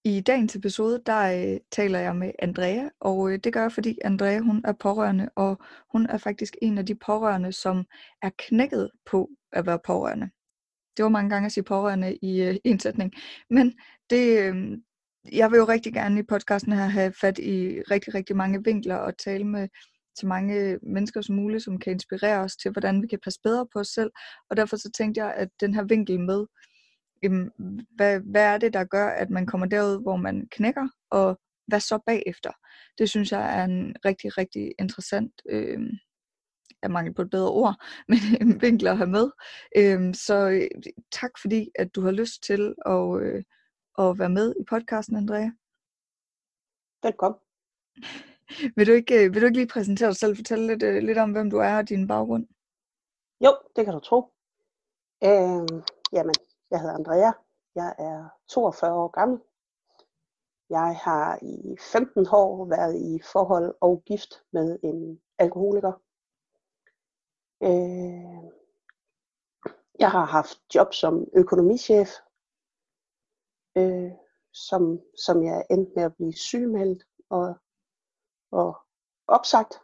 I dagens episode, der taler jeg med Andrea, og det gør jeg, fordi Andrea, hun er pårørende, og hun er faktisk en af de pårørende, som er knækket på at være pårørende. Det var mange gange at sige pårørende i en sætning, men jeg vil jo rigtig gerne i podcasten her have fat i rigtig, rigtig mange vinkler og tale med så mange mennesker som muligt, som kan inspirere os til, hvordan vi kan passe bedre på os selv, og derfor så tænkte jeg, at den her vinkel med, hvad er det, der gør, at man kommer derud, hvor man knækker, og hvad så bagefter? Det synes jeg er en rigtig, rigtig interessant, jeg mangler på et bedre ord, men en vinkel at have med. Så tak fordi, at du har lyst til at være med i podcasten, Andrea. Velkommen. Vil du ikke lige præsentere dig selv, fortælle lidt om, hvem du er og din baggrund? Jo, det kan du tro. Jamen, jeg hedder Andrea. Jeg er 42 år gammel. Jeg har i 15 år været i forhold og gift med en alkoholiker. Jeg har haft job som økonomichef, som jeg endte med at blive sygemeldt og opsagt.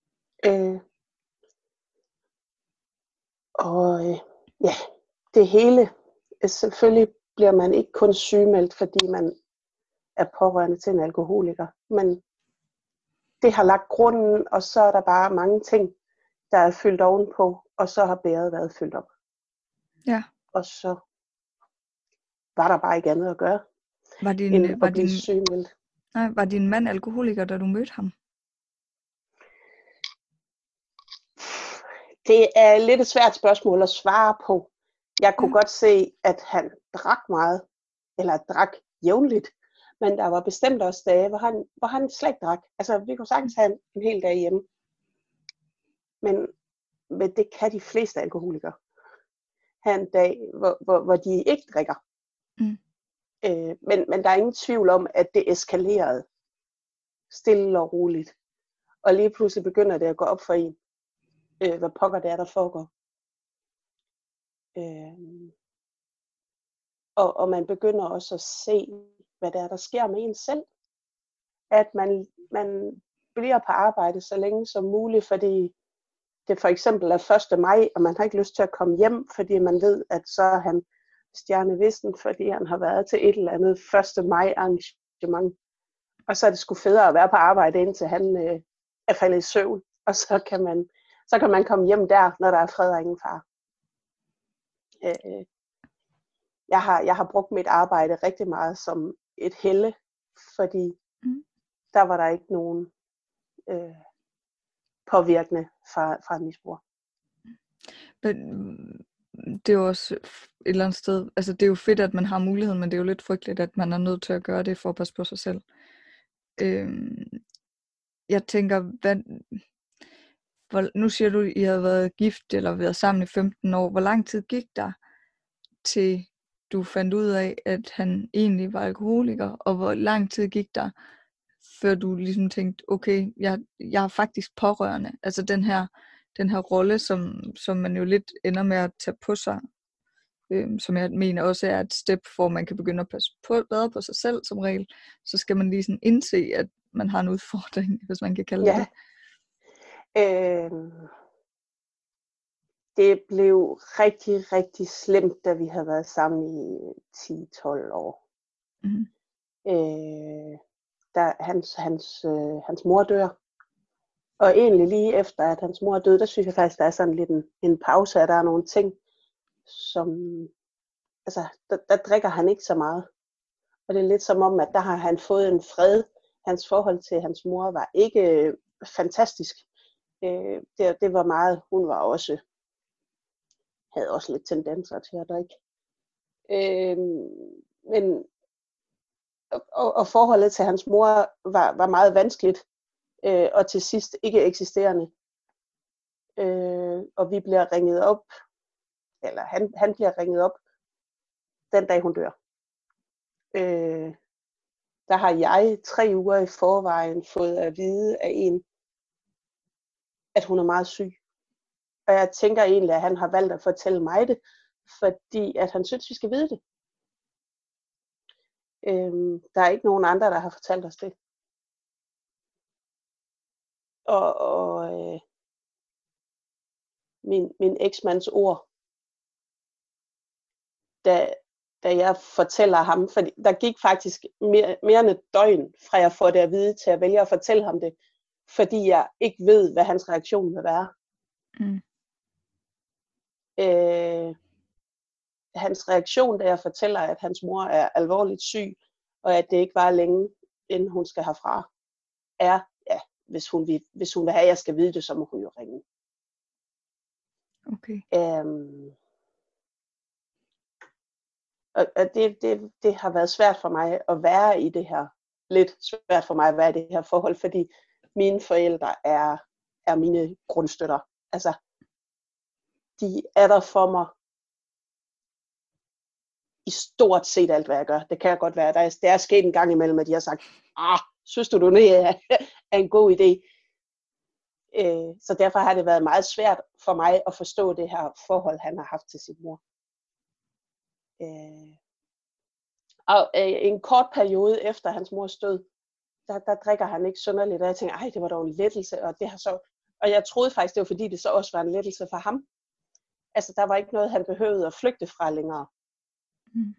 Ja, det hele. Selvfølgelig bliver man ikke kun sygemeldt, fordi man er pårørende til en alkoholiker, men det har lagt grunden, og så er der bare mange ting, der er fyldt ovenpå, og så har bæret været fyldt op. Ja. Og så var der bare ikke andet at gøre, end at blive sygemeldt. Var din mand alkoholiker, da du mødte ham? Det er lidt et svært spørgsmål at svare på. Jeg kunne godt se, at han drak meget, eller drak jævnligt, men der var bestemt også dage, hvor han slet ikke drak. Altså, vi kunne sagtens have en hel dag hjemme. Men det kan de fleste alkoholikere. Have en dag, hvor de ikke drikker. Mm. Men der er ingen tvivl om, at det eskalerede stille og roligt. Og lige pludselig begynder det at gå op for en, hvad pokker det er, der foregår. Og man begynder også at se, hvad det er, der sker med en selv. At man bliver på arbejde så længe som muligt, fordi det for eksempel er 1. maj, og man har ikke lyst til at komme hjem, fordi man ved, at så er han stjernevissen, fordi han har været til et eller andet 1. maj arrangement. Og så er det sgu federe at være på arbejde, indtil han er faldet i søvn. Og så kan man komme hjem der, når der er fred og ingen far. Jeg har brugt mit arbejde rigtig meget som et helle, fordi der var der ikke nogen påvirkende fra en misbrug. Det er jo også et eller andet sted, altså det er jo fedt, at man har muligheden, men det er jo lidt frygteligt, at man er nødt til at gøre det for at passe på sig selv. Jeg tænker, nu siger du, at I havde været gift eller været sammen i 15 år. Hvor lang tid gik der, til du fandt ud af, at han egentlig var alkoholiker? Og hvor lang tid gik der, før du ligesom tænkte, okay, jeg er faktisk pårørende? Altså den her rolle, som man jo lidt ender med at tage på sig, som jeg mener også er et step, hvor man kan begynde at passe bedre på sig selv som regel, så skal man lige sådan indse, at man har en udfordring, hvis man kan kalde det. Det blev rigtig, rigtig slemt, da vi havde været sammen i 10-12 år. Mm-hmm. Da hans mor dør. Og egentlig lige efter, at hans mor er død, der synes jeg faktisk, der er sådan lidt en pause, at der er nogle ting, som, altså, der drikker han ikke så meget. Og det er lidt som om, at der har han fået en fred. Hans forhold til hans mor var ikke fantastisk. Det var meget, hun var også, havde også lidt tendenser til at drikke. Men og forholdet til hans mor var meget vanskeligt, og til sidst ikke eksisterende. Og vi bliver ringet op, eller han bliver ringet op, den dag hun dør. Der har jeg 3 uger i forvejen fået at vide af en, at hun er meget syg. Og jeg tænker egentlig, at han har valgt at fortælle mig det, fordi at han synes, vi skal vide det. Der er ikke nogen andre, der har fortalt os det. Og min eksmands ord, da jeg fortæller ham, for der gik faktisk mere end et døgn, fra jeg får det at vide, til at vælge at fortælle ham det, fordi jeg ikke ved, hvad hans reaktion vil være. Mm. Hans reaktion, da jeg fortæller, at hans mor er alvorligt syg, og at det ikke var længe, inden hun skal herfra, er, ja, hvis hun vil have, at jeg skal vide det, så må hun jo ringe. Okay. Og det har været svært for mig at være i det her, lidt svært for mig at være i det her forhold, fordi mine forældre er mine grundstøtter. Altså, de er der for mig i stort set alt, hvad jeg gør. Det kan godt være. Der er sket en gang imellem, at de har sagt, synes du det er en god idé? Så derfor har det været meget svært for mig at forstå det her forhold, han har haft til sin mor. Og en kort periode efter hans mors død, der drikker han ikke synderligt, og jeg tænker, det var dog en lettelse, og jeg troede faktisk, det var fordi, det så også var en lettelse for ham. Altså, der var ikke noget, han behøvede at flygte fra længere. Mm.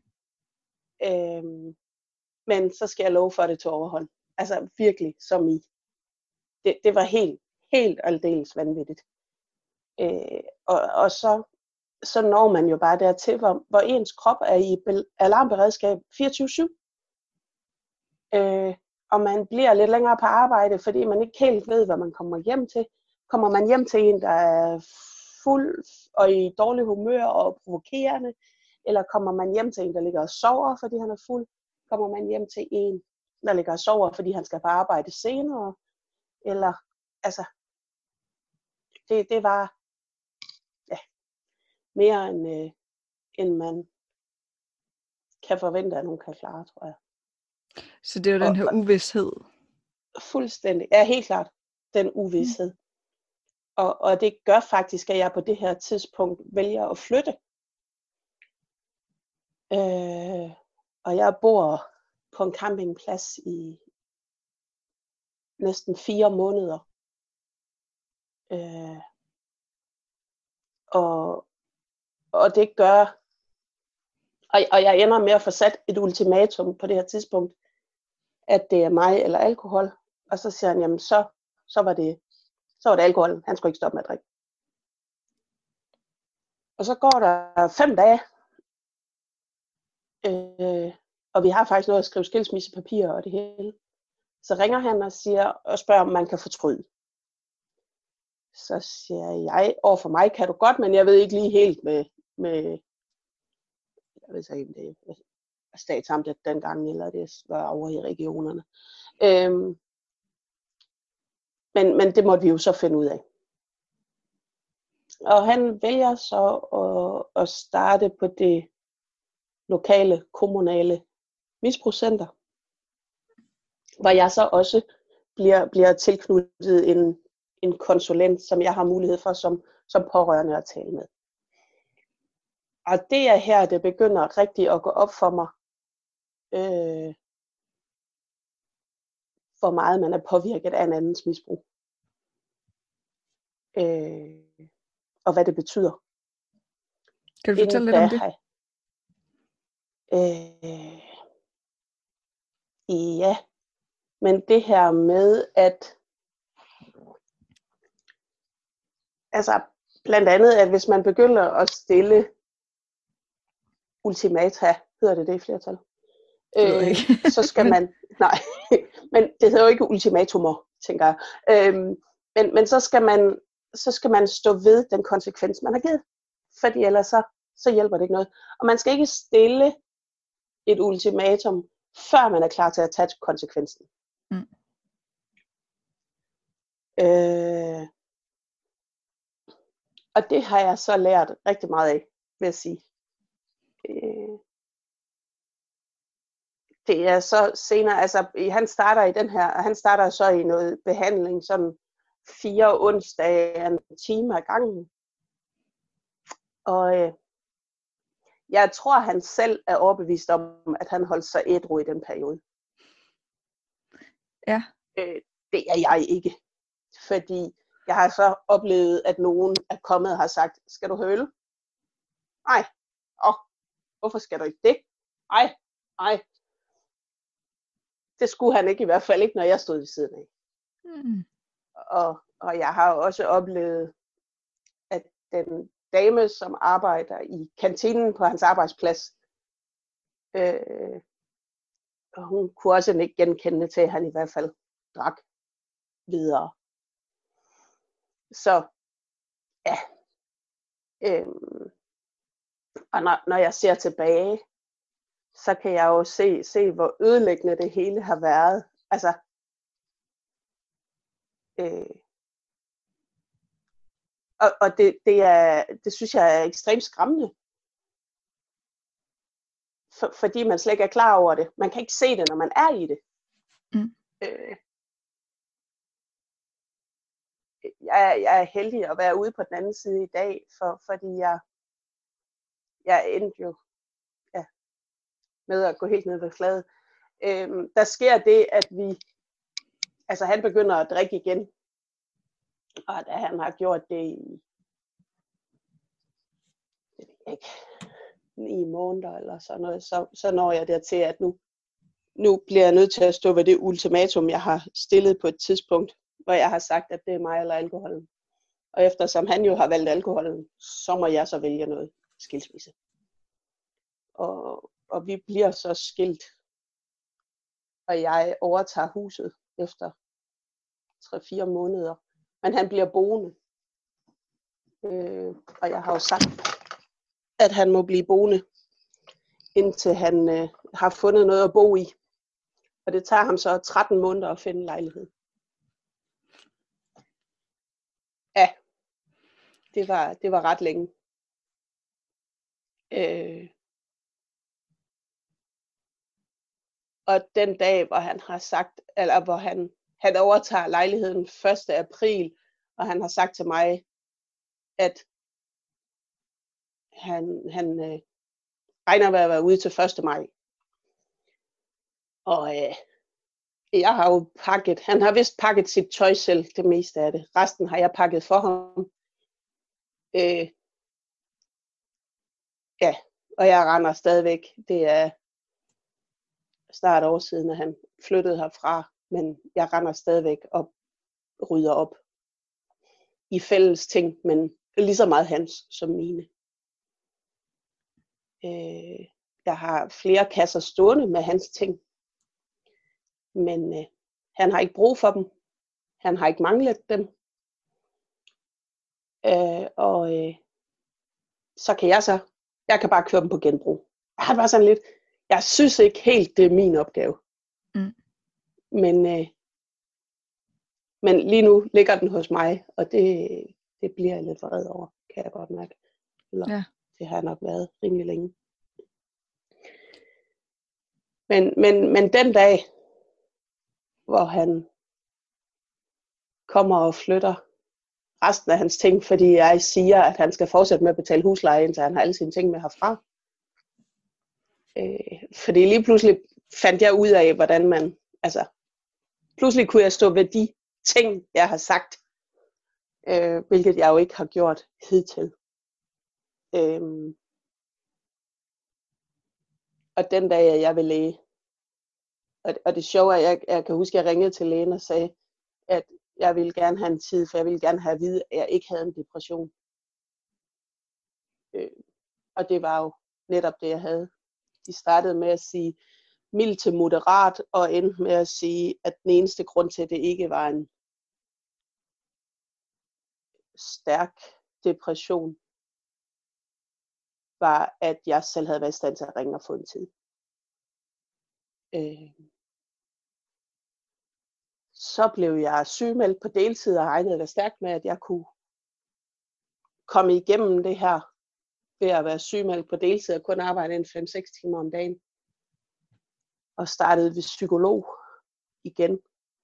Men så skal jeg love for, at det tog overhånd. Altså, virkelig, som i. Det var helt aldeles vanvittigt. Og så når man jo bare dertil, hvor ens krop er i alarmberedskab 24/7. Og man bliver lidt længere på arbejde, fordi man ikke helt ved, hvad man kommer hjem til. Kommer man hjem til en, der er fuld og i dårlig humør og provokerende, eller kommer man hjem til en, der ligger og sover, fordi han er fuld? Kommer man hjem til en, der ligger og sover, fordi han skal på arbejde senere? Eller, altså, det var mere end man kan forvente, at nogen kan klare, tror jeg. Så det er jo den her uvished. Fuldstændig. Ja, helt klart. Den uvished. Og det gør faktisk, at jeg på det her tidspunkt vælger at flytte. Og jeg bor på en campingplads i næsten 4 måneder. Og det gør, og jeg ender med at få sat et ultimatum på det her tidspunkt, at det er mig eller alkohol. Og så siger han, jamen så var det alkohol. Han skulle ikke stoppe med at drikke. Og så går der 5 dage, og vi har faktisk noget at skrive skilsmissepapirer og det hele. Så ringer han og spørger, om man kan fortryde. Så siger jeg, overfor mig kan du godt, men jeg ved ikke lige helt med jeg ved ikke, det er statsamtet dengang, eller det var over i regionerne. Men det måtte vi jo så finde ud af. Og han vælger så at starte på det lokale, kommunale misbrugscenter, hvor jeg så også bliver tilknyttet en konsulent, som jeg har mulighed for som pårørende at tale med. Og det er her, det begynder rigtig at gå op for mig, hvor meget man er påvirket af en andens misbrug. Og hvad det betyder. Kan du fortælle lidt om det? Ja, men det her med, at altså blandt andet, at hvis man begynder at stille ultimata, hedder det i flertal, så skal man, nej, men det hedder jo ikke ultimatumer, tænker jeg, men så skal man stå ved den konsekvens, man har givet, fordi ellers så hjælper det ikke noget. Og man skal ikke stille et ultimatum, før man er klar til at tage konsekvensen. Mm. Og det har jeg så lært rigtig meget af, vil jeg sige. Det er så senere, altså han starter så i noget behandling, sådan 4 onsdage, en time ad gangen. Og Jeg tror, han selv er overbevist om, at han holdt sig ædru i den periode. Ja. Det er jeg ikke. Fordi jeg har så oplevet, at nogen er kommet og har sagt, skal du have øl? Nej. Hvorfor skal du ikke det? Nej. Det skulle han ikke, i hvert fald ikke, når jeg stod ved siden af. Mm. Og jeg har også oplevet, at den dame, som arbejder i kantinen på hans arbejdsplads, hun kunne også ikke genkende til, at han i hvert fald drak videre. Så ja. Og når jeg ser tilbage, så kan jeg jo se hvor ødelæggende det hele har været. Altså, og det synes jeg er ekstremt skræmmende. Fordi man slet ikke er klar over det. Man kan ikke se det, når man er i det. Mm. Jeg er heldig at være ude på den anden side i dag, fordi jeg endte jo med at gå helt ned ved fladet. Der sker det, at han begynder at drikke igen. Og da han har gjort det i, ikke, 9 måneder eller sådan noget, så når jeg dertil, at nu bliver jeg nødt til at stå ved det ultimatum, jeg har stillet på et tidspunkt, hvor jeg har sagt, at det er mig eller alkoholen. Og eftersom han jo har valgt alkoholen, så må jeg så vælge noget skilsmisse. Og vi bliver så skilt. Og jeg overtager huset efter 3-4 måneder. Men han bliver boende. Og jeg har jo sagt, at han må blive boende, indtil han har fundet noget at bo i. Og det tager ham så 13 måneder at finde lejlighed. Ja, det var ret længe. Og den dag, hvor han har sagt, eller hvor han overtager lejligheden 1. april, og han har sagt til mig, at han regner med at være ude til 1. maj. Og jeg har jo pakket, han har vist pakket sit tøj selv, det meste af det. Resten har jeg pakket for ham. Ja, og jeg render stadigvæk. Det er snart år siden, at han flyttede herfra, men jeg render stadigvæk og rydder op i fælles ting, men lige så meget hans som mine. Jeg har flere kasser stående med hans ting, men han har ikke brug for dem. Han har ikke manglet dem. Så kan jeg kan bare køre dem på genbrug. Jeg har bare sådan lidt, jeg synes ikke helt, det er min opgave. Mm. Men lige nu ligger den hos mig, og det bliver jeg lidt vred over, kan jeg godt mærke. Eller, ja. Det har nok været rimelig længe. Men den dag, hvor han kommer og flytter resten af hans ting, fordi jeg siger, at han skal fortsætte med at betale husleje, indtil han har alle sine ting med herfra. Fordi lige pludselig fandt jeg ud af, hvordan man, pludselig kunne jeg stå ved de ting, jeg har sagt, hvilket jeg jo ikke har gjort hidtil. Og den dag, jeg vil læge, og det sjove er, at jeg kan huske, at jeg ringede til lægen og sagde, at jeg ville gerne have en tid, for jeg ville gerne have at vide, at jeg ikke havde en depression. Og det var jo netop det, jeg havde. De startede med at sige mild til moderat, og endte med at sige, at den eneste grund til, at det ikke var en stærk depression, var, at jeg selv havde været i stand til at ringe og få en tid. Så blev jeg sygemeldt på deltid og regnede da stærkt med, at jeg kunne komme igennem det her ved at være sygemeldt på deltid og kun arbejde 5-6 timer om dagen. Og startede ved psykolog igen.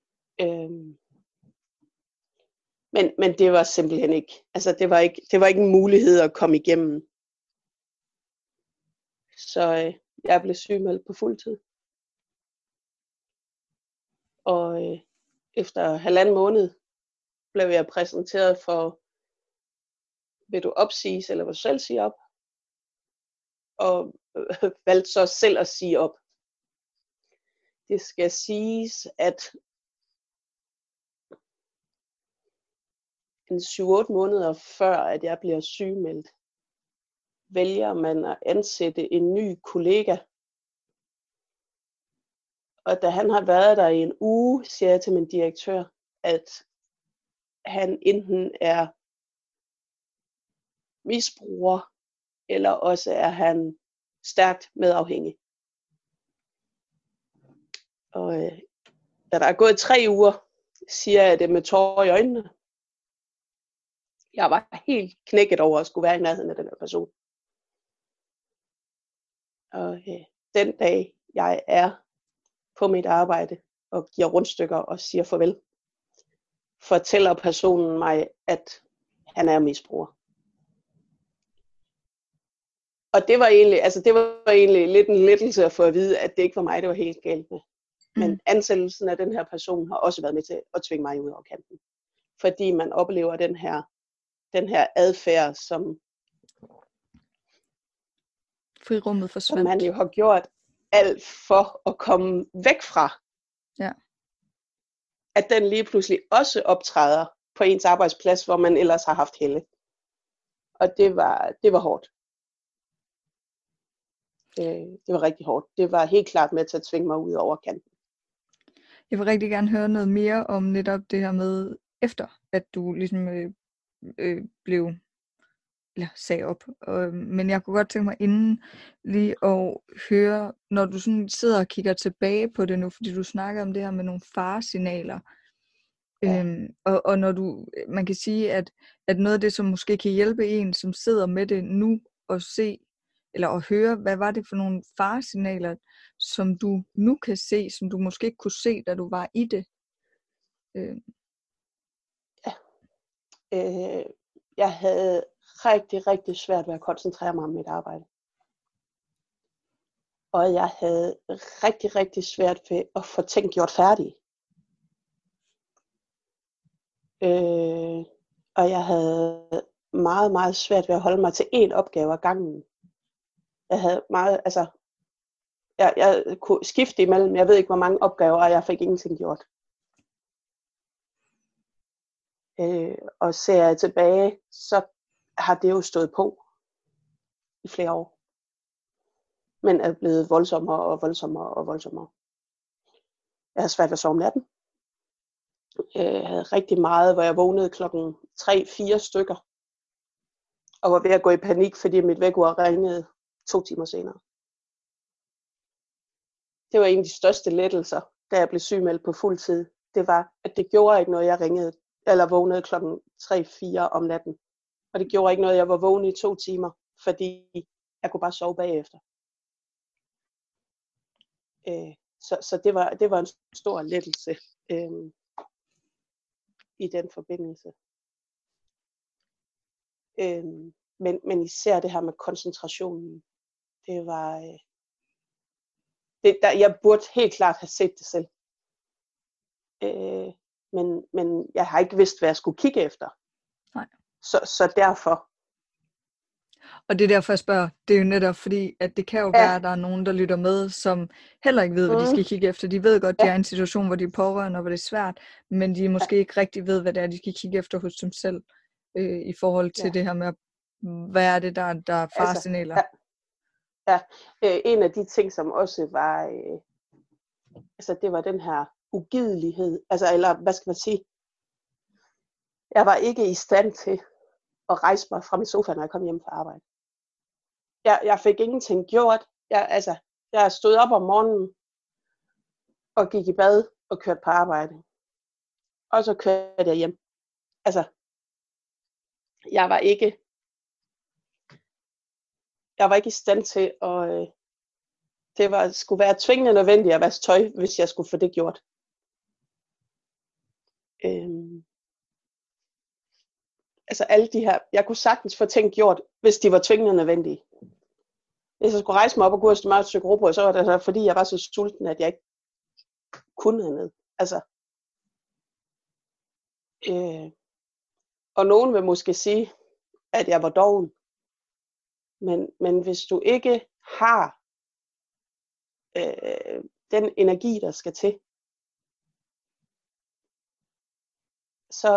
Men det var simpelthen ikke, det var ikke en mulighed at komme igennem. Så jeg blev sygemeldt på fuld tid. Og efter 1,5 måned blev jeg præsenteret for, vil du opsiges, eller vil du selv sige op? Og valgte så selv at sige op. Det skal siges, at en 7-8 måneder før, at jeg bliver sygemeldt, vælger man at ansætte en ny kollega. Og da han har været der i en uge, siger jeg til min direktør, at han enten er misbruger, eller også er han stærkt medafhængig. Og da der er gået 3 uger, siger jeg det med tårer i øjnene. Jeg var helt knækket over at skulle være i nærheden af den her person. Og den dag, jeg er på mit arbejde og giver rundstykker og siger farvel, fortæller personen mig, at han er misbruger. Og det var egentlig lidt en lettelse at få at vide, at det ikke var mig, det var helt galt med. Men ansættelsen af den her person har også været med til at tvinge mig ud over kanten. Fordi man oplever den her adfærd, som frirummet forsvandt. Som man jo har gjort alt for at komme væk fra. Ja. At den lige pludselig også optræder på ens arbejdsplads, hvor man ellers har haft helle. Og det var hårdt. Det var rigtig hårdt. Det var helt klart med til at tvinge mig ud over kanten. Jeg vil rigtig gerne høre noget mere om netop det her med, efter at du ligesom blev sagde op. Men jeg kunne godt tænke mig inden lige at høre, når du sådan sidder og kigger tilbage på det nu, fordi du snakker om det her med nogle faresignaler. Ja. Og når man kan sige, at noget af det, som måske kan hjælpe en, som sidder med det nu, at se, eller at høre, hvad var det for nogle faresignaler, som du nu kan se, som du måske ikke kunne se, da du var i det? Jeg havde rigtig, rigtig svært ved at koncentrere mig om mit arbejde. Og jeg havde rigtig, rigtig svært ved at få ting gjort færdige. Og jeg havde meget, meget svært ved at holde mig til én opgave ad gangen. Jeg havde meget, jeg kunne skifte imellem, jeg ved ikke hvor mange opgaver, og jeg fik ingenting gjort. Og ser jeg tilbage, så har det jo stået på i flere år. Men er blevet voldsommere og voldsommere og voldsommere. Jeg havde svært ved at sove om natten. Jeg havde rigtig meget, hvor jeg vågnede klokken 3-4 stykker. Og var ved at gå i panik, fordi mit vækkeur ringede 2 timer senere. Det var en af de største lettelser, da jeg blev sygemeldt på fuld tid. Det var, at det gjorde ikke noget, jeg ringede eller vågnede klokken 3-4 om natten. Og det gjorde ikke noget, jeg var vågen i 2 timer, fordi jeg kunne bare sove bagefter. Så det var en stor lettelse i den forbindelse. Men især det her med koncentrationen, det var... jeg burde helt klart have set det selv. Men jeg har ikke vidst, hvad jeg skulle kigge efter. Nej. Så derfor. Og det er derfor, jeg spørger. Det er jo netop fordi, at det kan jo være, at der er nogen, der lytter med, som heller ikke ved, hvad de skal kigge efter. De ved godt, de er i en situation, hvor de er pårørende, og hvor det er svært, men de måske ikke rigtig ved, hvad det er, de skal kigge efter hos dem selv, i forhold til det her med, hvad er det, der er faresignaler. En af de ting, som også var, det var den her ugidelighed, eller hvad skal man sige, jeg var ikke i stand til at rejse mig fra min sofa, når jeg kom hjem fra arbejde. Jeg fik ingenting gjort. Jeg stod op om morgenen og gik i bad og kørte på arbejde. Og så kørte jeg hjem. Jeg var ikke i stand til at... skulle være tvingende nødvendigt at vaske tøj, hvis jeg skulle få det gjort. Alle de her... Jeg kunne sagtens få ting gjort, hvis de var tvingende nødvendige. Hvis jeg skulle rejse mig op og gå og smøre et stykke rugbrød, så var det så, fordi jeg var så sulten, at jeg ikke kunne andet. Altså, og nogen vil måske sige, at jeg var doven. Men hvis du ikke har den energi, der skal til, så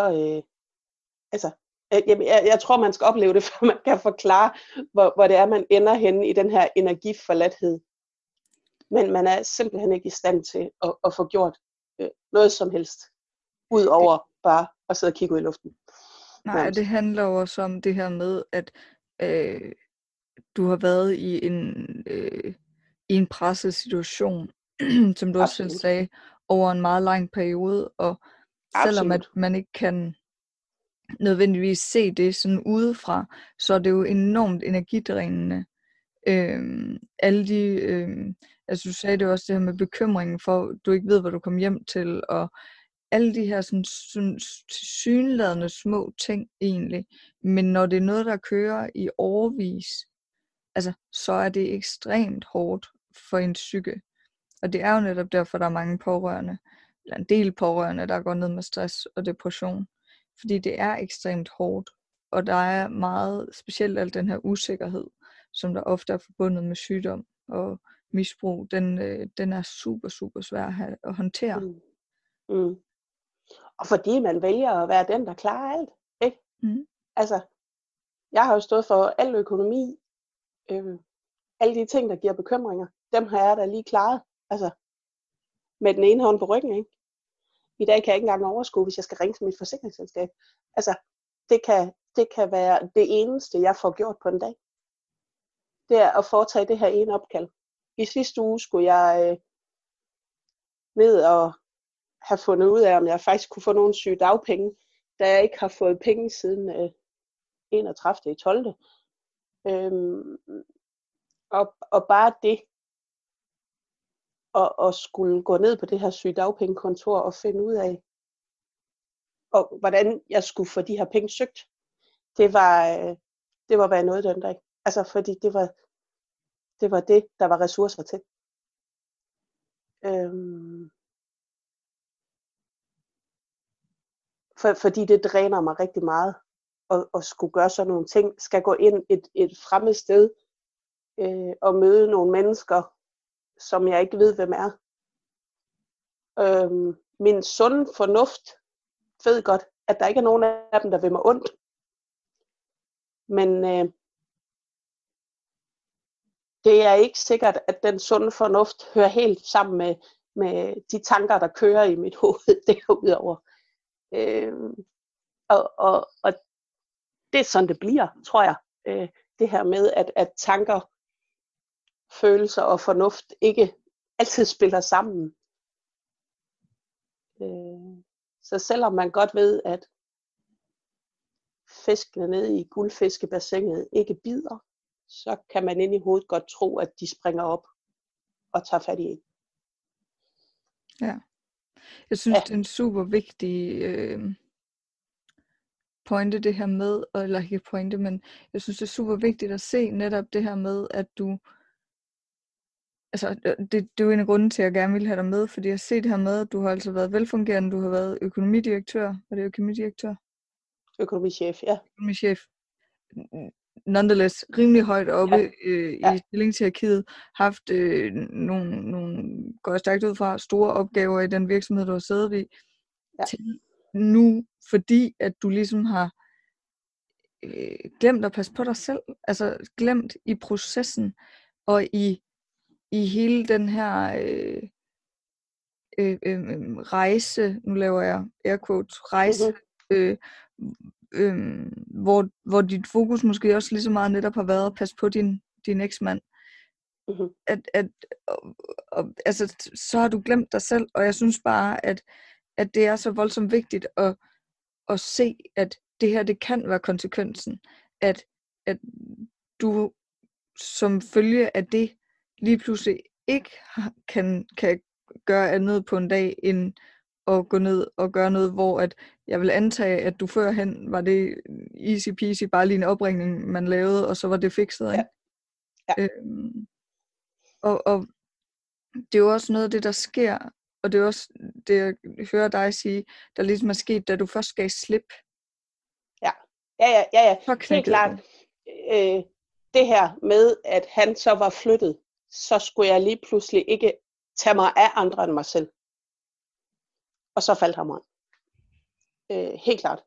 jeg tror, man skal opleve det, for man kan forklare, hvor det er, man ender henne i den her energiforladthed. Men man er simpelthen ikke i stand til at få gjort noget som helst, ud over bare at sidde og kigge ud i luften. Nej, det handler jo også om det her med, at du har været i en presset situation, som du også selv sagde, over en meget lang periode, og selvom at man ikke kan nødvendigvis se det sådan udefra, så er det jo enormt energidrænende. Alle de, altså du sagde det også, det her med bekymringen for, du ikke ved, hvad du kommer hjem til, og alle de her sådan tilsyneladende små ting egentlig, men når det er noget, der kører i årevis, altså, så er det ekstremt hårdt for en psyke. Og det er jo netop derfor, der er mange pårørende, eller en del pårørende, der går ned med stress og depression. Fordi det er ekstremt hårdt, og der er meget, specielt al den her usikkerhed, som der ofte er forbundet med sygdom og misbrug, den er super, super svær at håndtere. Og fordi man vælger at være den, der klarer alt, ikke? Altså, jeg har jo stået for al økonomi, alle de ting, der giver bekymringer, dem har jeg da lige klaret, altså, med den ene hånd på ryggen, ikke? I dag kan jeg ikke engang overskue, hvis jeg skal ringe til mit forsikringsselskab. Altså, det kan være det eneste, jeg får gjort på en dag. Det er at foretage det her ene opkald. I sidste uge skulle jeg ned og have fundet ud af, om jeg faktisk kunne få nogle sygedagpenge, da jeg ikke har fået penge siden 31.12. Og bare det, og skulle gå ned på det her sygedagpengekontor og finde ud af, og hvordan jeg skulle få de her penge søgt, det var hvad jeg nåede den dag. Altså fordi det var det, der var ressourcer til. Fordi det dræner mig rigtig meget at skulle gøre sådan nogle ting. Skal gå ind et fremmed sted og møde nogle mennesker, som jeg ikke ved, hvem er. Min sunde fornuft ved godt, at der ikke er nogen af dem, der vil mig ondt. Men det er ikke sikkert, at den sunde fornuft hører helt sammen med de tanker, der kører i mit hoved derudover. Og det er sådan, det bliver, tror jeg. Det her med, at tanker, følelser og fornuft ikke altid spiller sammen. Så selvom man godt ved, at fiskene nede i guldfiskebassinet ikke bider, så kan man inde i hovedet godt tro, at de springer op og tager fat i en. Ja. Jeg synes, det er en super vigtig pointe, det her med, eller ikke pointe, men jeg synes, det er super vigtigt at se netop det her med, at du, altså det er jo en af grunden til, at jeg gerne vil have dig med, fordi jeg ser det her med, at du har altså været velfungerende, du har været økonomidirektør, var det økonomidirektør? Økonomichef, ja. Økonomichef. Nonetheless, rimelig højt oppe i stillingshierarkiet, haft nogle, går jeg stærkt ud fra, store opgaver i den virksomhed, du har siddet i, til nu, fordi at du ligesom har glemt at passe på dig selv, altså glemt i processen, og i hele den her rejse, nu laver jeg air quotes, rejse, hvor dit fokus måske også lige så meget netop har været at passe på din eksmand. Altså, så har du glemt dig selv, og jeg synes bare, at det er så voldsomt vigtigt at se, at det her, det kan være konsekvensen, at du som følge af det lige pludselig ikke kan gøre andet på en dag, end at gå ned og gøre noget, hvor at jeg vil antage, at du førhen var det easy peasy, bare lige en opringning, man lavede, og så var det fikset, ikke? Ja. Og det er jo også noget af det, der sker, og det er også det, jeg hører dig sige, der ligesom er sket, da du først gav slip. Ja. Så Helt knækkede klart. du. Det her med, at han så var flyttet, så skulle jeg lige pludselig ikke tage mig af andre end mig selv. Og så faldt hammeren. Helt klart.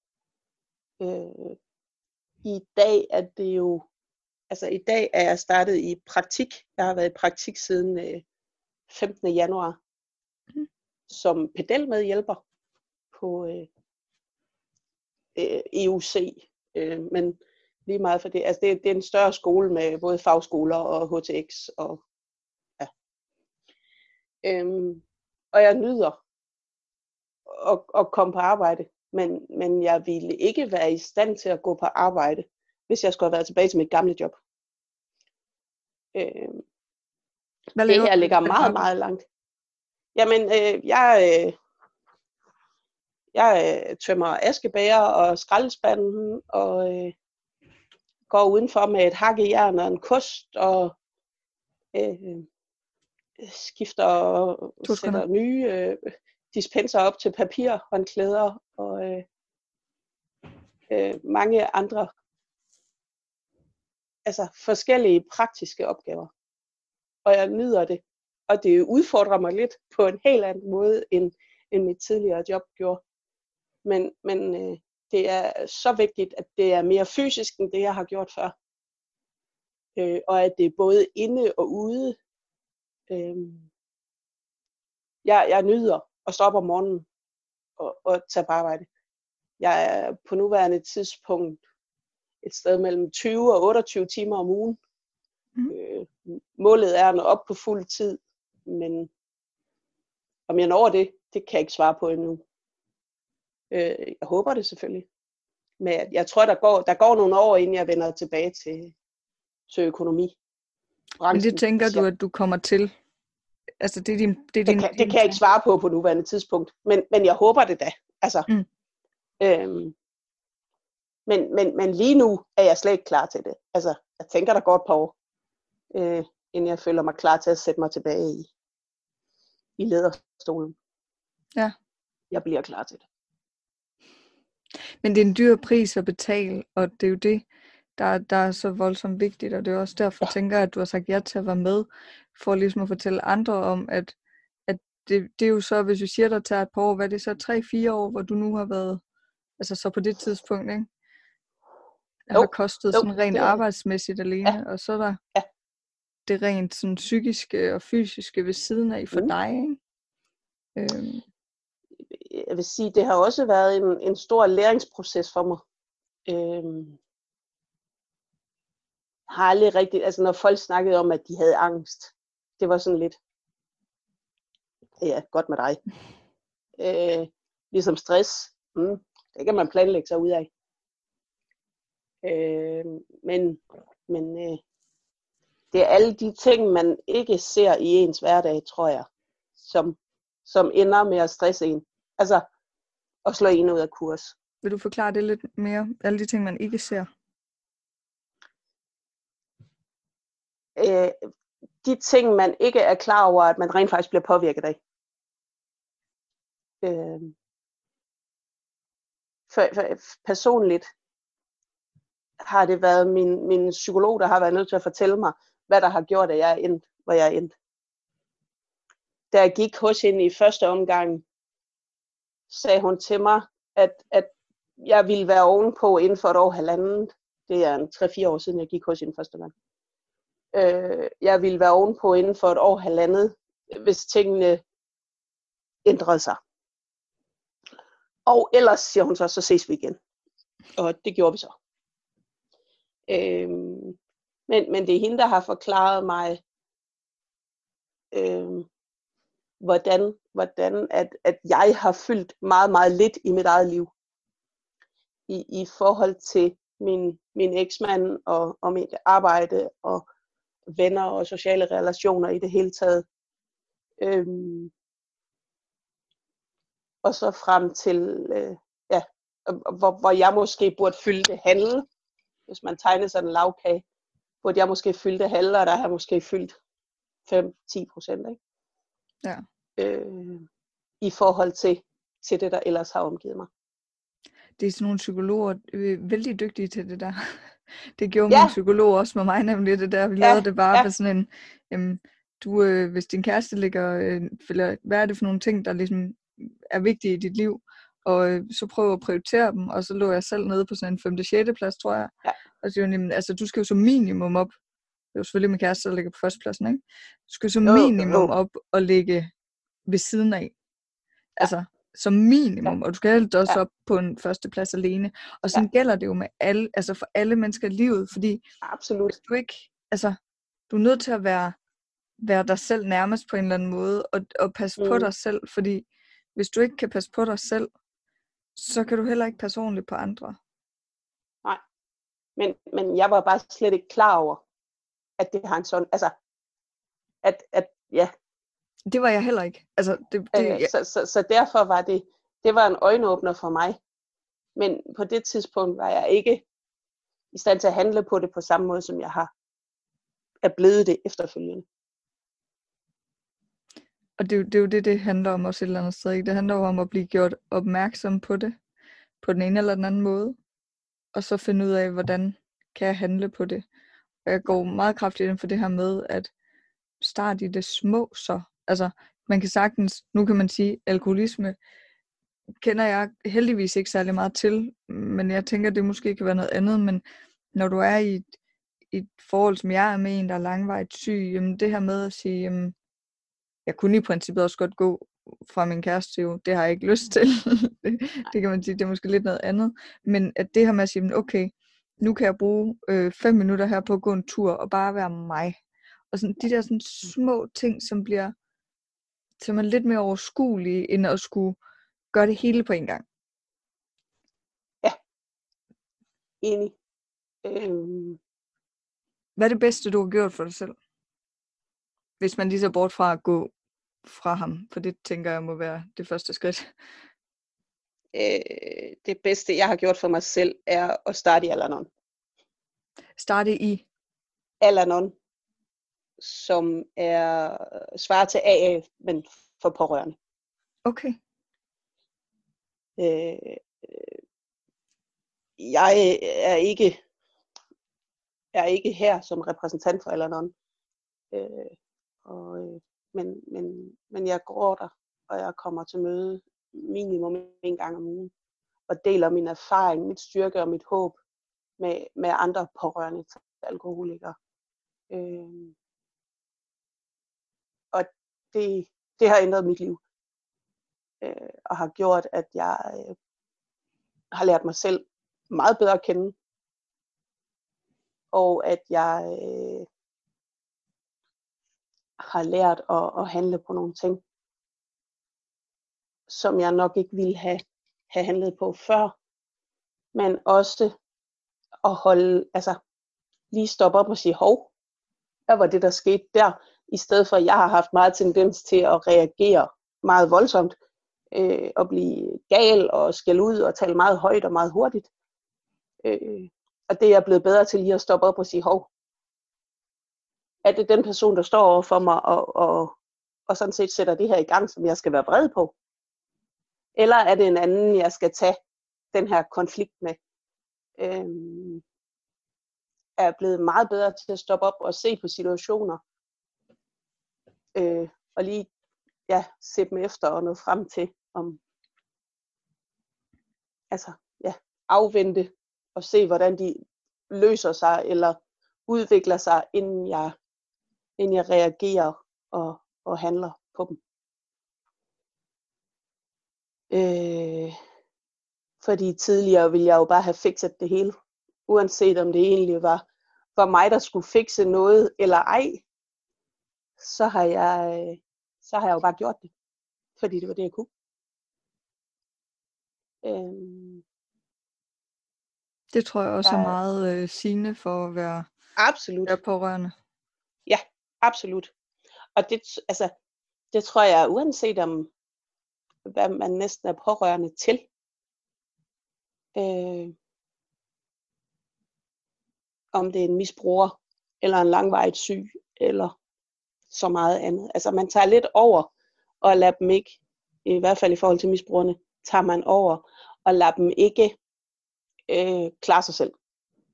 I dag er det jo, altså i dag er jeg startet i praktik. Jeg har været i praktik siden 15. januar som pedelmedhjælper på EUC. Men lige meget for det, altså det er en større skole med både fagskoler og HTX og ja. Og jeg nyder at komme på arbejde, men jeg ville ikke være i stand til at gå på arbejde, hvis jeg skulle have været tilbage til mit gamle job. Det her ligger meget, meget langt. Jamen, jeg tømmer askebæger og skraldespanden og går udenfor med et hakkejern og en kost og skifter og sætter nye dispenser op til papirhåndklæder og mange andre altså forskellige praktiske opgaver. Og jeg nyder det. Og det udfordrer mig lidt på en helt anden måde, end mit tidligere job gjorde. Men det er så vigtigt, at det er mere fysisk, end det jeg har gjort før. Og at det er både inde og ude. Jeg nyder at stå op om morgenen og tage på arbejde. Jeg er på nuværende tidspunkt et sted mellem 20 og 28 timer om ugen. Målet er at nå op på fuld tid, men om jeg når det kan jeg ikke svare på endnu. Jeg håber det selvfølgelig. Men jeg tror, der går nogle år, inden jeg vender tilbage til økonomi. Men det tænker du, at du kommer til? Altså, det kan jeg ikke svare på nuværende tidspunkt. Men jeg håber det da. Altså, men lige nu er jeg slet ikke klar til det. Altså, jeg tænker, der går et par år, inden jeg føler mig klar til at sætte mig tilbage i lederstolen. Ja. Jeg bliver klar til det. Men det er en dyr pris at betale, og det er jo det, der er så voldsomt vigtigt, og det er også derfor, tænker jeg, at du har sagt ja til at være med, for ligesom at fortælle andre om, at det er jo så, hvis vi siger, der tager et par år, hvad er det så, 3-4 år, hvor du nu har været, altså så på det tidspunkt, ikke? Det har kostet sådan rent arbejdsmæssigt alene, og så er der det rent sådan psykiske og fysiske ved siden af for dig, ikke? Jeg vil sige, det har også været en stor læringsproces for mig. Har aldrig rigtigt, altså når folk snakkede om, at de havde angst, det var sådan lidt, ja, godt med dig. Ligesom stress, det kan man planlægge sig ud af. Men det er alle de ting, man ikke ser i ens hverdag, tror jeg, som ender med at stresse en. Altså, at slå en ud af kurs. Vil du forklare det lidt mere? Alle de ting, man ikke ser? De ting, man ikke er klar over, at man rent faktisk bliver påvirket af. For personligt har det været min psykolog, der har været nødt til at fortælle mig, hvad der har gjort, at jeg er endt, hvor jeg er endt. Da jeg gik hos hende i første omgang, sagde hun til mig, at jeg ville være ovenpå inden for et år halvandet. Det er 3-4 år siden, jeg gik hos hende første gang. Jeg ville være ovenpå inden for et år halvandet, hvis tingene ændrede sig. Og ellers, siger hun så ses vi igen. Og det gjorde vi så. Men det er hende, der har forklaret mig, hvordan at jeg har fyldt meget, meget lidt i mit eget liv. I forhold til min eksmand og mit arbejde og venner og sociale relationer i det hele taget. Og så frem til, hvor jeg måske burde fylde det handle, hvis man tegner sådan en lavkage. hvor jeg måske fyldte halve, og der har måske fyldt 5-10%, ikke? Ja. I forhold til det, der ellers har omgivet mig. Det er sådan nogle psykologer, vældig dygtige til det der. Det gjorde Ja. min psykolog også med mig, nemlig det der. Vi lavede det bare på sådan en, hvis din kæreste ligger, hvad er det for nogle ting, der ligesom er vigtige i dit liv, og så prøv at prioritere dem, og så lå jeg selv nede på sådan en 5. 6. plads, tror jeg. Ja. Og så altså du skal jo som minimum op, det er jo selvfølgelig min kæreste, der ligger på 1. pladsen, ikke? Du skal som minimum op og ligge ved siden af. Altså, som minimum, og du skal helst også op på en 1. plads alene. Og sådan gælder det jo med alle, altså for alle mennesker i livet, fordi absolut. Hvis du ikke, altså, du er nødt til at være dig selv nærmest på en eller anden måde, og passe på dig selv, fordi hvis du ikke kan passe på dig selv, så kan du heller ikke passe ordentligt på andre. Nej, men jeg var bare slet ikke klar over, at det har en sådan, altså, at ja. Det var jeg heller ikke. Altså, så derfor var det var en øjenåbner for mig. Men på det tidspunkt var jeg ikke i stand til at handle på det på samme måde, som jeg er blevet det efterfølgende. Og det er jo det handler om også et eller andet sted. Ikke? Det handler jo om at blive gjort opmærksom på det, på den ene eller den anden måde. Og så finde ud af, hvordan kan jeg handle på det. Og jeg går meget kraftigt ind for det her med, at starte i det små så. Altså, man kan sagtens, nu kan man sige, alkoholisme kender jeg heldigvis ikke særlig meget til, men jeg tænker, det måske kan være noget andet, men når du er i et forhold, som jeg er med en, der er langvarigt syg, jamen det her med at sige, jamen, jeg kunne i princippet også godt gå fra min kæreste, jo, det har jeg ikke lyst til. det kan man sige, det er måske lidt noget andet, men at det her med at sige, okay, nu kan jeg bruge 5 minutter her på at gå en tur, og bare være mig. Og sådan, de der sådan små ting, som bliver simpelthen lidt mere overskuelige, end at skulle gøre det hele på en gang. Ja, enig. Hvad er det bedste, du har gjort for dig selv? Hvis man lige så bort fra at gå fra ham, for det tænker jeg må være det første skridt. Det bedste, jeg har gjort for mig selv, er at starte i Al-Anon. Starte i? Al-Anon, som svarer til AA, men for pårørende. Okay. Jeg er ikke her som repræsentant for Al-Anon, men jeg går der, og jeg kommer til møde minimum 1 gang om ugen, og deler min erfaring, mit styrke og mit håb med andre pårørende til alkoholikere. Og det har ændret mit liv, og har gjort, at jeg har lært mig selv meget bedre at kende, og at jeg har lært at handle på nogle ting, som jeg nok ikke ville have handlet på før, men også at lige stoppe op og sige, hov, hvad var det, der skete der, i stedet for, at jeg har haft meget tendens til at reagere meget voldsomt, og blive gal og skælde ud og tale meget højt og meget hurtigt. Og det er jeg blevet bedre til lige at stoppe op og sige, hov, er det den person, der står over for mig og sådan set sætter det her i gang, som jeg skal være vred på? Eller er det en anden, jeg skal tage den her konflikt med? Er blevet meget bedre til at stoppe op og se på situationer, og lige se dem efter og nå frem til, om afvente og se, hvordan de løser sig eller udvikler sig, inden jeg reagerer og handler på dem. Fordi tidligere ville jeg jo bare have fikset det hele, uanset om det egentlig var mig, der skulle fikse noget eller ej, så har jeg jo bare gjort det, fordi det var det, jeg kunne. Det tror jeg også er meget sigende for at være pårørende. Ja, absolut. Og det tror jeg, uanset om hvad man næsten er pårørende til, om det er en misbruger, eller en langvarigt syg, eller så meget andet. Altså man tager lidt over, og lader dem ikke, i hvert fald i forhold til misbrugerne, tager man over, og lader dem ikke klare sig selv.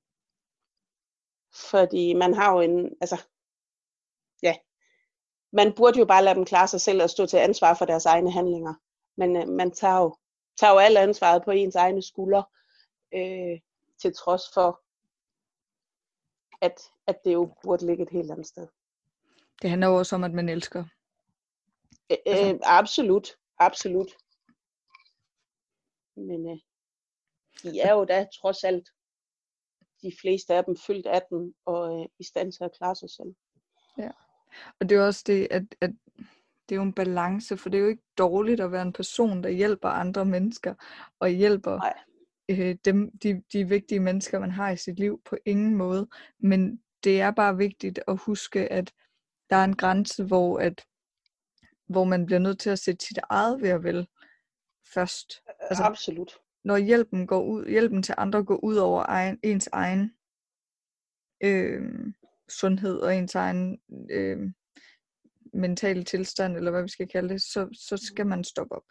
Fordi man har jo man burde jo bare lade dem klare sig selv og stå til ansvar for deres egne handlinger. Men man tager jo alt ansvaret på ens egne skuldre, til trods for, at det jo burde ligge et helt andet sted. Det handler jo også om, at man elsker. Altså. Absolut. Men de er jo da trods alt, de fleste af dem fyldt 18 og i stand til at klare sig selv. Ja, og det er også det, at det er jo en balance, for det er jo ikke dårligt at være en person, der hjælper andre mennesker, og hjælper de vigtige mennesker, man har i sit liv, på ingen måde. Men det er bare vigtigt at huske, at der er en grænse, hvor man bliver nødt til at sætte sit eget ved og vel først. Altså, absolut. Når hjælpen til andre går ud over ens egen sundhed og ens egen mentale tilstand, eller hvad vi skal kalde det, så skal man stoppe op.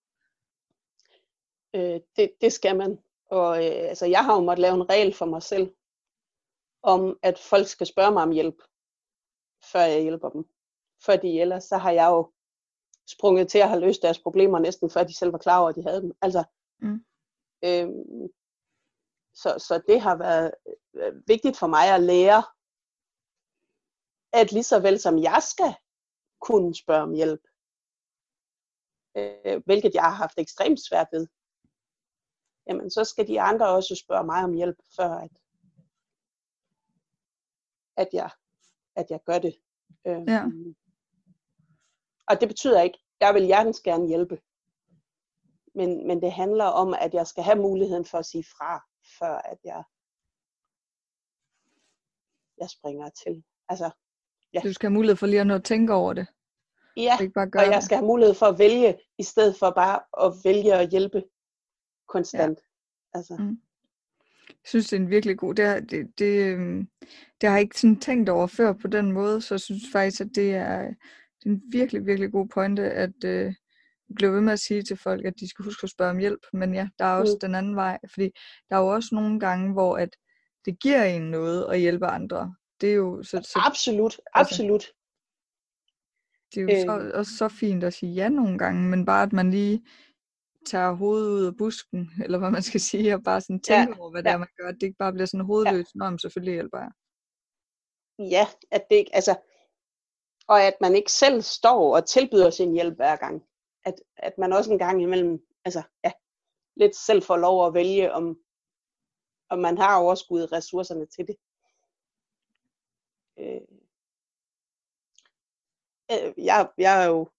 Det skal man. Og jeg har jo måttet lave en regel for mig selv, om at folk skal spørge mig om hjælp, før jeg hjælper dem. Fordi ellers så har jeg jo sprunget til at have løst deres problemer næsten før de selv var klar over, at de havde dem. Altså, så det har været vigtigt for mig at lære, at lige så vel som jeg skal kunne spørge om hjælp, hvilket jeg har haft ekstremt svært ved, jamen så skal de andre også spørge mig om hjælp, før at jeg gør det. Ja. Og det betyder ikke, jeg vil hjertens gerne hjælpe. Men det handler om, at jeg skal have muligheden for at sige fra, før at jeg springer til. Altså, ja. Du skal have mulighed for lige at nå at tænke over det. Ja, ikke bare og jeg skal have mulighed for at vælge, i stedet for bare at vælge at hjælpe konstant. Ja. Altså. Jeg synes, det er en virkelig god. Det har jeg ikke sådan tænkt over før på den måde, så jeg synes faktisk, at det er en virkelig, virkelig god pointe, at blive ved med at sige til folk, at de skal huske at spørge om hjælp. Men ja, der er også den anden vej, fordi der er jo også nogle gange, hvor at det giver en noget at hjælpe andre. Det er jo så absolut. Det er jo også så fint at sige ja nogle gange, men bare at man lige tager hovedet ud af busken, eller hvad man skal sige, og bare sådan tænker over, hvad det er, man gør. At det ikke bare bliver sådan hovedløst, når man selvfølgelig hjælper jeg. Ja, at det ikke, og at man ikke selv står og tilbyder sin hjælp hver gang. At man også en gang imellem, lidt selv får lov at vælge, om man har overskud ressourcerne til det. Jeg er jo,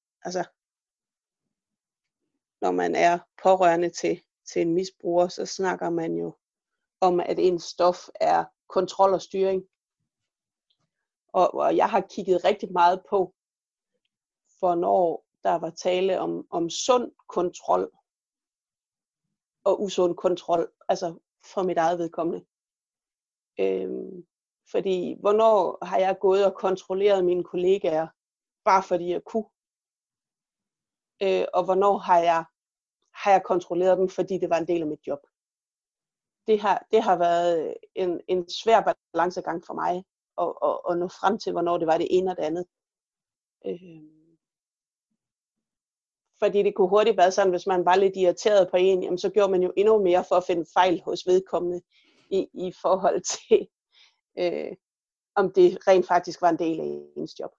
når man er pårørende til en misbruger, så snakker man jo om, at ens stof er kontrol og styring. Og jeg har kigget rigtig meget på, hvornår der var tale om sund kontrol og usund kontrol, altså for mit eget vedkommende. Fordi hvornår har jeg gået og kontrolleret mine kollegaer, bare fordi jeg kunne? Og hvornår har jeg kontrolleret dem, fordi det var en del af mit job? Det har været en svær balancegang for mig, at nå frem til, hvornår det var det ene og det andet. Fordi det kunne hurtigt være sådan, hvis man var lidt irriteret på en, jamen, så gjorde man jo endnu mere for at finde fejl hos vedkommende i forhold til, om det rent faktisk var en del af ens job.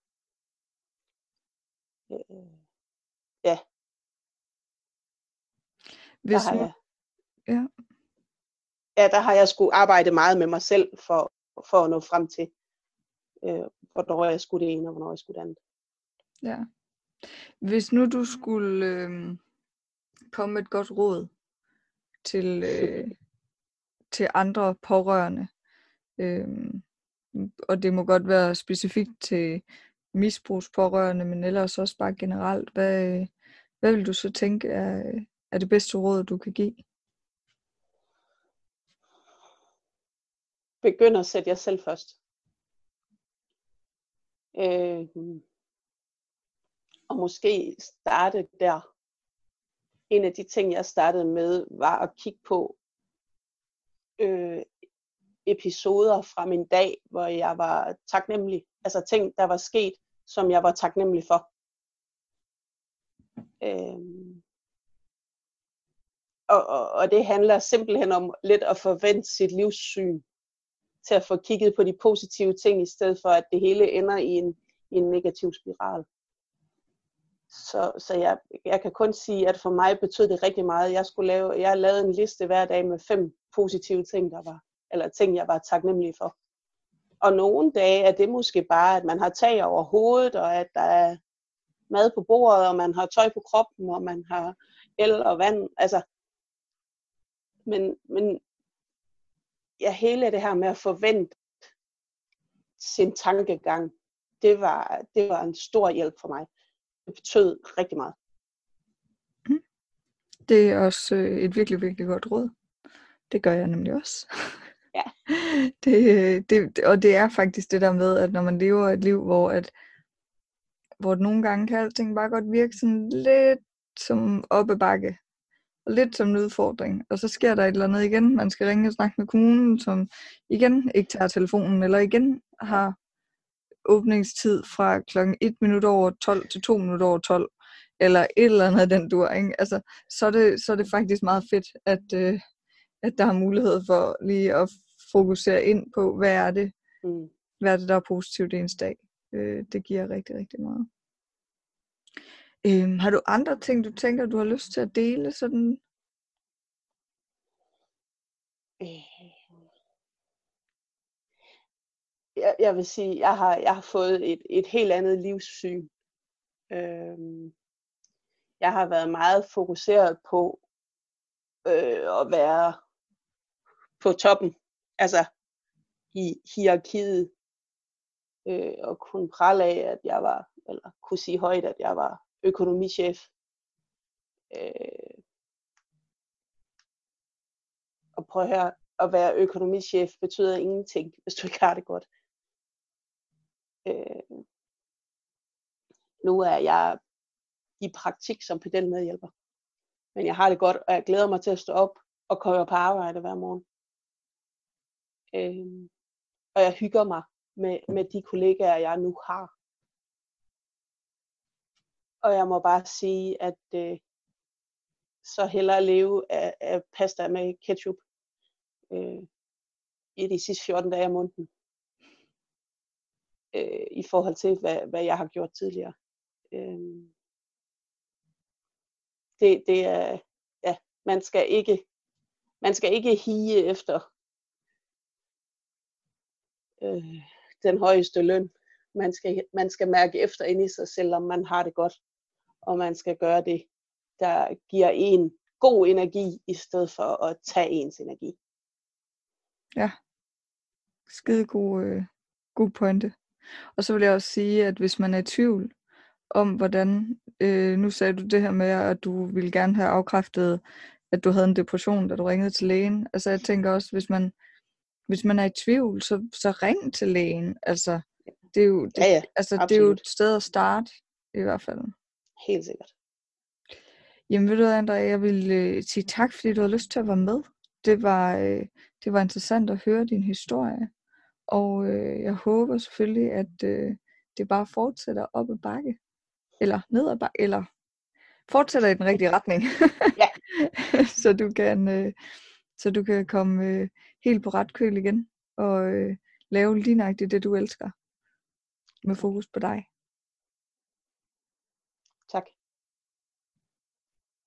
Ja. Der har jeg skulle arbejde meget med mig selv for at nå frem til, hvornår jeg skulle det ene og hvornår jeg skulle det andet. Ja. Hvis nu du skulle komme med et godt råd til andre pårørende, og det må godt være specifikt til misbrugspårørende, men ellers også bare generelt, hvad vil du så tænke er det bedste råd, du kan give? Begynd at sætte jer selv først. Øh, og måske starte der. En af de ting, jeg startede med, var at kigge på episoder fra min dag, hvor jeg var taknemmelig. Altså ting, der var sket, som jeg var taknemmelig for. Og det handler simpelthen om lidt at forvente sit livssyn til at få kigget på de positive ting, i stedet for at det hele ender i en negativ spiral. Så jeg kan kun sige, at for mig betød det rigtig meget. Jeg lavede en liste hver dag med 5 positive ting, ting jeg var taknemmelig for. Og nogle dage er det måske bare, at man har tag over hovedet, og at der er mad på bordet, og man har tøj på kroppen, og man har el og vand. Altså, men ja, hele det her med at forvente sin tankegang, det var en stor hjælp for mig. Det betød rigtig meget. Det er også et virkelig, virkelig godt råd. Det gør jeg nemlig også. Ja. Og det er faktisk det der med, at når man lever et liv, hvor nogle gange kan alting bare godt virke sådan lidt som op ad bakke, og lidt som en udfordring, og så sker der et eller andet igen, man skal ringe og snakke med kommunen, som igen ikke tager telefonen, eller igen har åbningstid fra klokken 1 minut over 12 til 2 minutter over 12, eller et eller andet af den dur, ikke? Altså, så er det faktisk meget fedt, at der er mulighed for lige at fokusere ind på, hvad er det, der er positivt i ens dag. Det giver rigtig, rigtig meget. Har du andre ting, du tænker, du har lyst til at dele? Sådan? Jeg vil sige, jeg har fået et helt andet livssyn. Jeg har været meget fokuseret på at være på toppen, altså i hierarkiet, og kunne prale af, at jeg var, eller kunne sige højt, at jeg var økonomichef. Og prøv her, at være økonomichef betyder ingenting, hvis du ikke har det godt. Nu er jeg i praktik som pedelmedhjælper, men jeg har det godt, og jeg glæder mig til at stå op og komme på arbejde hver morgen. Og jeg hygger mig med de kollegaer, jeg nu har. Og jeg må bare sige, at så hellere leve af pasta med ketchup i de sidste 14 dage af måneden, i forhold til, hvad jeg har gjort tidligere. Det er, ja, man skal ikke hige efter den højeste løn. Man skal mærke efter ind i sig selv, om man har det godt, og man skal gøre det, der giver en god energi, i stedet for at tage ens energi. Ja, skide god pointe. Og så vil jeg også sige, at hvis man er i tvivl om, hvordan, nu sagde du det her med, at du ville gerne have afkræftet, at du havde en depression, da du ringede til lægen. Altså jeg tænker også, hvis man er i tvivl, så ring til lægen. Altså det er jo, det er jo et sted at starte, i hvert fald. Helt sikkert. Jamen ved du hvad, Andrea, jeg vil sige tak, fordi du havde lyst til at være med. Det var interessant at høre din historie. Og jeg håber selvfølgelig, at det bare fortsætter op ad bakke. Eller ned ad bakke. Eller fortsætter i den rigtige retning. Ja. så du kan komme helt på ret køl igen. Og lave lige nøjagtigt det, du elsker. Med fokus på dig. Tak.